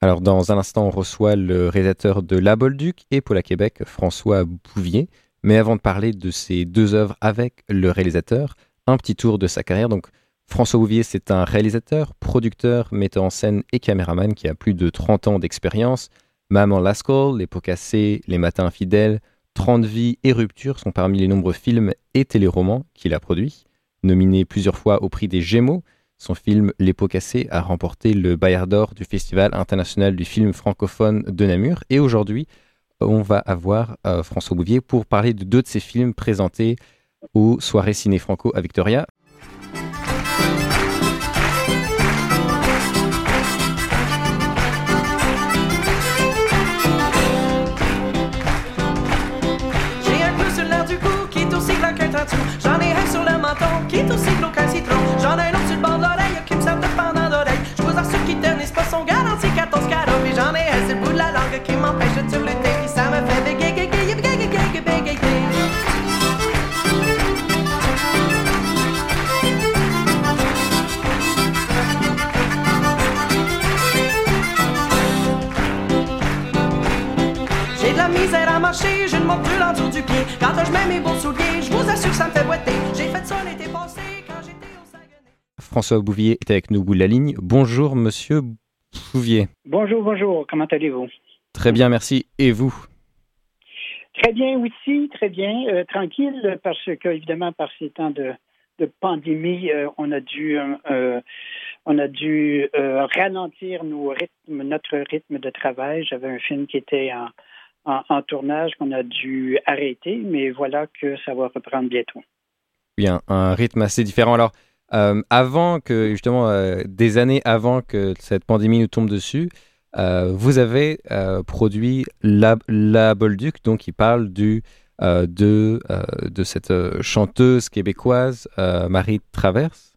Alors, dans un instant, on reçoit le réalisateur de La Bolduc et Paul à Québec, François Bouvier. Mais avant de parler de ces deux œuvres avec le réalisateur, un petit tour de sa carrière. Donc, François Bouvier, c'est un réalisateur, producteur, metteur en scène et caméraman qui a plus de 30 ans d'expérience. Maman Lascaux, Les Pots cassés, Les Matins infidèles, 30 vies et Rupture sont parmi les nombreux films et téléromans qu'il a produits. Nominé plusieurs fois au prix des Gémeaux, son film Les Pots cassés a remporté le Bayard d'Or du Festival international du film francophone de Namur. Et aujourd'hui, on va avoir François Bouvier pour parler de deux de ses films présentés aux soirées Ciné Franco à Victoria. J'ai un clou sur l'air du cou qui est aussi grand qu'un tatou. J'en ai un sur le menton qui est aussi gros qu'un citron. J'en ai un autre sur le bord de l'oreille qui me sert de pendant d'oreille. Je vous assure qu'ils ternissent pas son garanti 14 carats. Puis j'en ai un sur le bout de la langue qui m'empêche de turluter. Puis ça me fait bégayer, bégayer, bégayer, bégayer, bégayer. J'ai de la misère à marcher, j'ai une montule en dessous du pied. Quand je mets mes beaux souliers, je vous assure que ça me fait boiter. J'ai fait ça l'été passé quand j'étais au Saguenay. François Bouvier est avec nous au bout de la ligne. Bonjour Monsieur Bouvier. Bonjour, bonjour. Comment allez-vous? Très bien, merci. Et vous? Très bien aussi, très bien. Tranquille, parce que, évidemment, par ces temps de pandémie, on a dû ralentir notre rythme de travail. J'avais un film qui était en tournage qu'on a dû arrêter, mais voilà que ça va reprendre bientôt. Bien, un rythme assez différent. Alors, avant que, justement, des années avant que cette pandémie nous tombe dessus, vous avez produit La Bolduc, donc qui parle de cette chanteuse québécoise, Marie Traverse,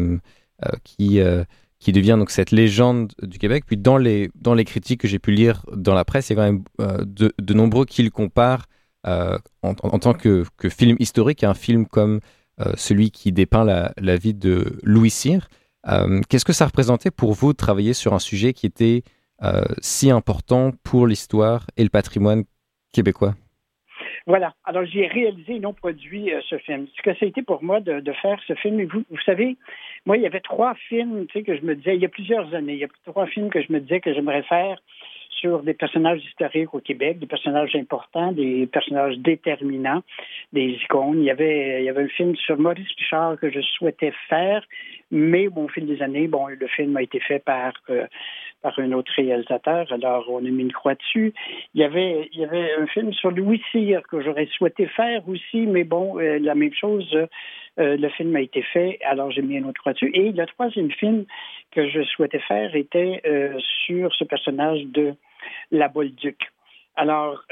qui devient donc cette légende du Québec. Puis dans les critiques que j'ai pu lire dans la presse, il y a quand même de nombreux qui le comparent en tant que film historique à un film comme celui qui dépeint la vie de Louis Cyr. Qu'est-ce que ça représentait pour vous de travailler sur un sujet qui était si important pour l'histoire et le patrimoine québécois? Voilà. Alors, j'ai réalisé et non produit ce film. Ce que ça a été pour moi de faire ce film, et vous savez, moi, il y avait 3 films, que je me disais, il y a plusieurs années, il y a 3 films que je me disais que j'aimerais faire sur des personnages historiques au Québec, des personnages importants, des personnages déterminants, des icônes. Il y avait un film sur Maurice Richard que je souhaitais faire, mais au fil des années, le film a été fait par un autre réalisateur, alors on a mis une croix dessus. Il y avait un film sur Louis Cyr que j'aurais souhaité faire aussi, mais la même chose, le film a été fait, alors j'ai mis une autre croix dessus. Et le 3e film que je souhaitais faire était sur ce personnage de La Bolduc. Alors,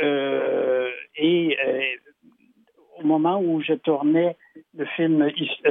au moment où je tournais le film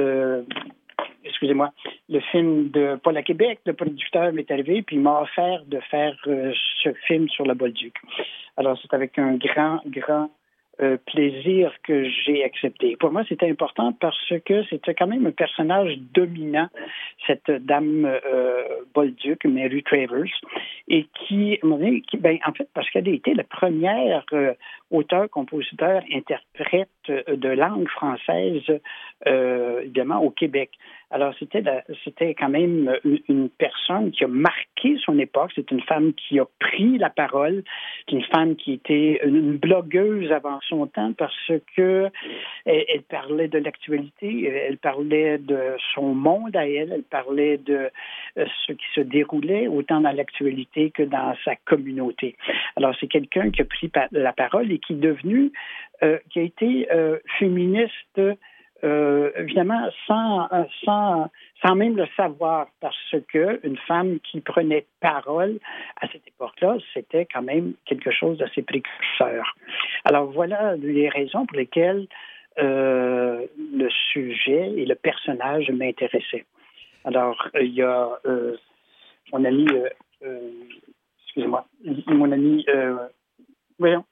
le film de Paul à Québec, le producteur m'est arrivé, puis il m'a offert de faire ce film sur la Bolduc. Alors, c'est avec un grand plaisir que j'ai accepté. Pour moi, c'était important parce que c'était quand même un personnage dominant, cette dame Bolduc, Mary Travers, et en fait, parce qu'elle a été la première auteur, compositeur, interprète de langue française, évidemment, au Québec. Alors, c'était quand même une personne qui a marqué son époque. C'est une femme qui a pris la parole. C'est une femme qui était une blogueuse avant son temps parce que elle parlait de l'actualité, elle parlait de son monde à elle, elle parlait de ce qui se déroulait autant dans l'actualité que dans sa communauté. Alors, c'est quelqu'un qui a pris la parole et qui est devenu, qui a été féministe, évidemment, sans même le savoir, parce que une femme qui prenait parole à cette époque-là, c'était quand même quelque chose d'assez précurseur. Alors voilà les raisons pour lesquelles le sujet et le personnage m'intéressaient. Alors, il y a mon ami, mon ami,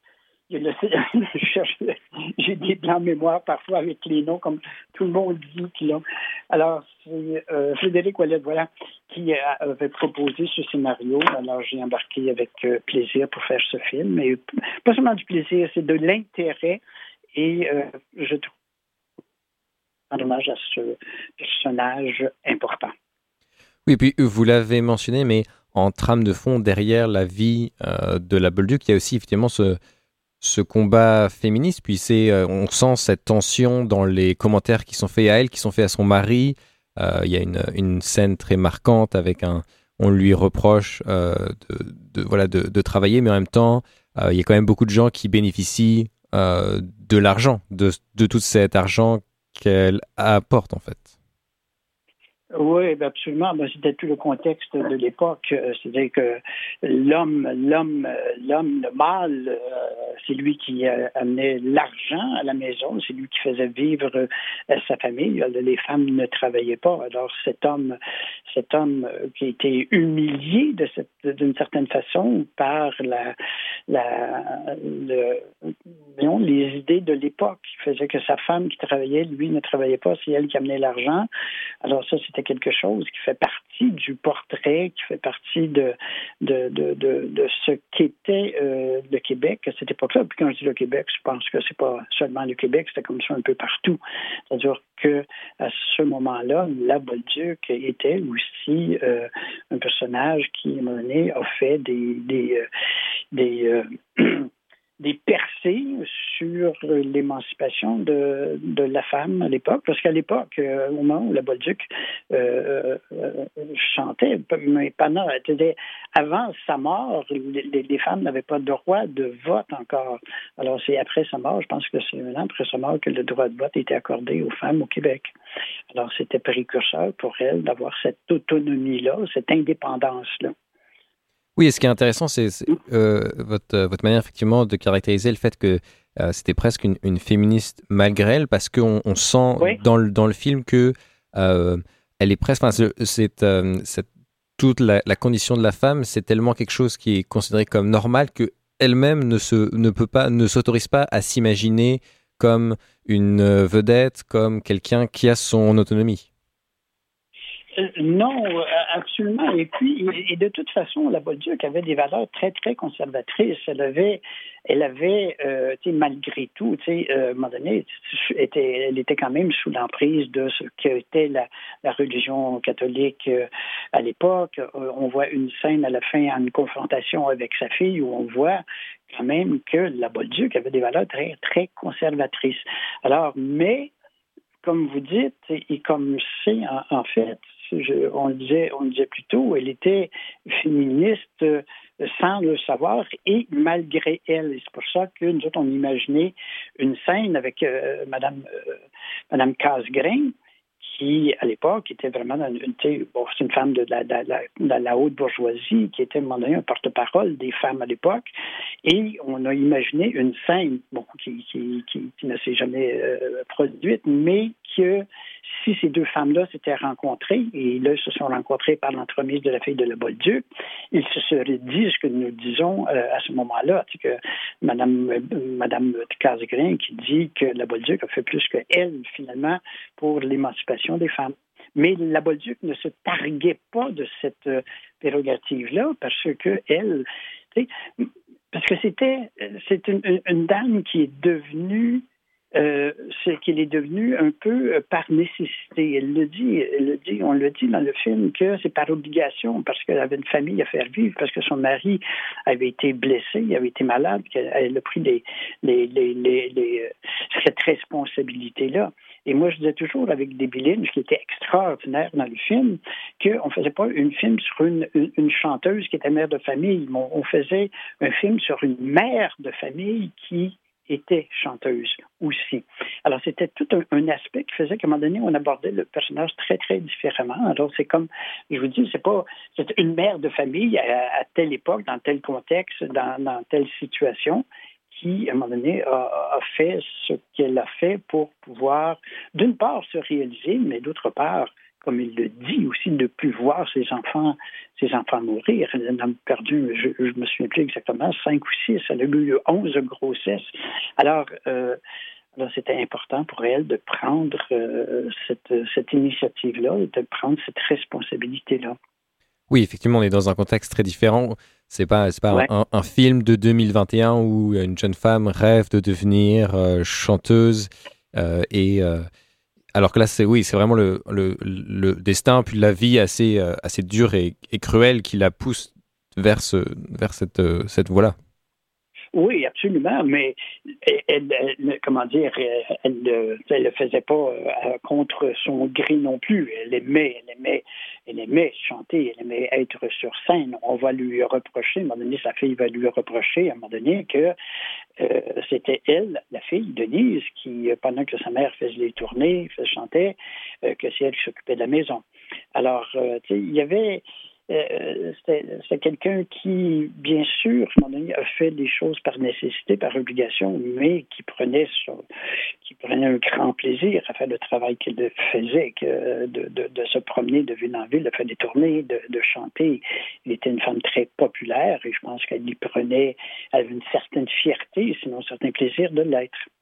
il y a j'ai des blancs de mémoire parfois avec les noms, comme tout le monde dit qu'ils l'ont. Alors, c'est Frédéric Ouellet, voilà, qui avait proposé ce scénario. Alors, j'ai embarqué avec plaisir pour faire ce film. Et pas seulement du plaisir, c'est de l'intérêt. Et je trouve un hommage à ce personnage important. Oui, puis vous l'avez mentionné, mais en trame de fond, derrière la vie de la Bolduc, il y a aussi effectivement ce combat féministe, puis on sent cette tension dans les commentaires qui sont faits à elle, qui sont faits à son mari. Il y a une scène très marquante avec on lui reproche de travailler, mais en même temps, il y a quand même beaucoup de gens qui bénéficient de l'argent, de tout cet argent qu'elle apporte en fait. Oui, absolument. C'était tout le contexte de l'époque. C'est-à-dire que le mâle, c'est lui qui amenait l'argent à la maison, c'est lui qui faisait vivre sa famille. Les femmes ne travaillaient pas. Alors cet homme qui a été humilié d'une certaine façon par les idées de l'époque, qui faisait que sa femme qui travaillait, lui ne travaillait pas, c'est elle qui amenait l'argent. Alors ça, c'était quelque chose qui fait partie du portrait, qui fait partie de ce qu'était le Québec à cette époque-là. Puis quand je dis le Québec, je pense que c'est pas seulement le Québec, c'était comme ça un peu partout. C'est-à-dire que à ce moment-là, la Bolduc était aussi un personnage qui, à un moment donné, a fait des percées sur l'émancipation de la femme à l'époque, parce qu'à l'époque, au moment où la Bolduc chantait, mais avant sa mort, les femmes n'avaient pas de droit de vote encore. Alors c'est après sa mort, je pense que c'est un an après sa mort que le droit de vote était accordé aux femmes au Québec. Alors c'était précurseur pour elle d'avoir cette autonomie-là, cette indépendance-là. Oui, et ce qui est intéressant, c'est votre manière effectivement de caractériser le fait que c'était presque une féministe malgré elle, parce qu'on sent dans le film que elle est presque, toute la condition de la femme, c'est tellement quelque chose qui est considéré comme normal que elle-même ne s'autorise pas à s'imaginer comme une vedette, comme quelqu'un qui a son autonomie. Non, absolument. Et puis, de toute façon, la Bolduc avait des valeurs très, très conservatrices. Elle avait malgré tout, à un moment donné, elle était quand même sous l'emprise de ce qu'était la religion catholique à l'époque. On voit une scène à la fin, une confrontation avec sa fille, où on voit quand même que la Bolduc avait des valeurs très, très conservatrices. Alors, mais comme vous dites, et comme c'est en fait, on le disait plus tôt, elle était féministe sans le savoir et malgré elle. Et c'est pour ça que nous autres, on imaginait une scène avec Madame Casgrain, qui, à l'époque, était vraiment c'est une femme de la haute bourgeoisie, qui était, à un moment donné, un porte-parole des femmes à l'époque. Et on a imaginé une scène, qui ne s'est jamais produite, mais que si ces deux femmes-là s'étaient rencontrées, et là, se sont rencontrées par l'entremise de la fille de la Bolduc, ils se seraient dit ce que nous disons à ce moment-là, que Madame Casgrain qui dit que la Bolduc a fait plus qu'elle, finalement, pour l'émancipation des femmes. Mais la Bolduc ne se targuait pas de cette prérogative-là parce que elle, parce que c'est une dame qui est devenue qu'elle est devenue un peu par nécessité. Elle le dit, on le dit dans le film que c'est par obligation, parce qu'elle avait une famille à faire vivre, parce que son mari avait été blessé, il avait été malade, qu'elle a pris cette responsabilité-là. Et moi, je disais toujours avec Debbie Lynch, qui était extraordinaire dans le film, qu'on ne faisait pas un film sur une chanteuse qui était mère de famille, mais on faisait un film sur une mère de famille qui était chanteuse aussi. Alors, c'était tout un aspect qui faisait qu'à un moment donné, on abordait le personnage très, très différemment. Alors, c'est comme, je vous dis, c'est une mère de famille à telle époque, dans tel contexte, dans telle situation, qui, à un moment donné, a fait ce qu'elle a fait pour pouvoir, d'une part, se réaliser, mais d'autre part, comme il le dit aussi, de plus voir ses enfants mourir. Elle en a perdu, je me souviens plus exactement, 5 ou 6. Elle a eu 11 grossesses. Alors, c'était important pour elle de prendre cette initiative-là, de prendre cette responsabilité-là. Oui, effectivement, on est dans un contexte très différent. C'est pas Ouais. un film de 2021 où une jeune femme rêve de devenir chanteuse alors que là, c'est vraiment le destin puis la vie assez dure et cruelle qui la pousse vers cette voie-là. Oui, absolument, mais comment dire, elle le faisait pas contre son gré non plus. Elle aimait chanter, elle aimait être sur scène. On va lui reprocher, à un moment donné, sa fille va lui reprocher, à un moment donné, que c'était elle, la fille, Denise, qui, pendant que sa mère faisait les tournées, chantait, que c'est elle qui s'occupait de la maison. Alors, il y avait... c'était quelqu'un qui, bien sûr, à un moment donné, a fait des choses par nécessité, par obligation, mais qui prenait un grand plaisir à faire le travail qu'elle faisait, de se promener de ville en ville, de faire des tournées, de chanter. Elle était une femme très populaire et je pense qu'elle y prenait, elle avait une certaine fierté, sinon un certain plaisir de l'être.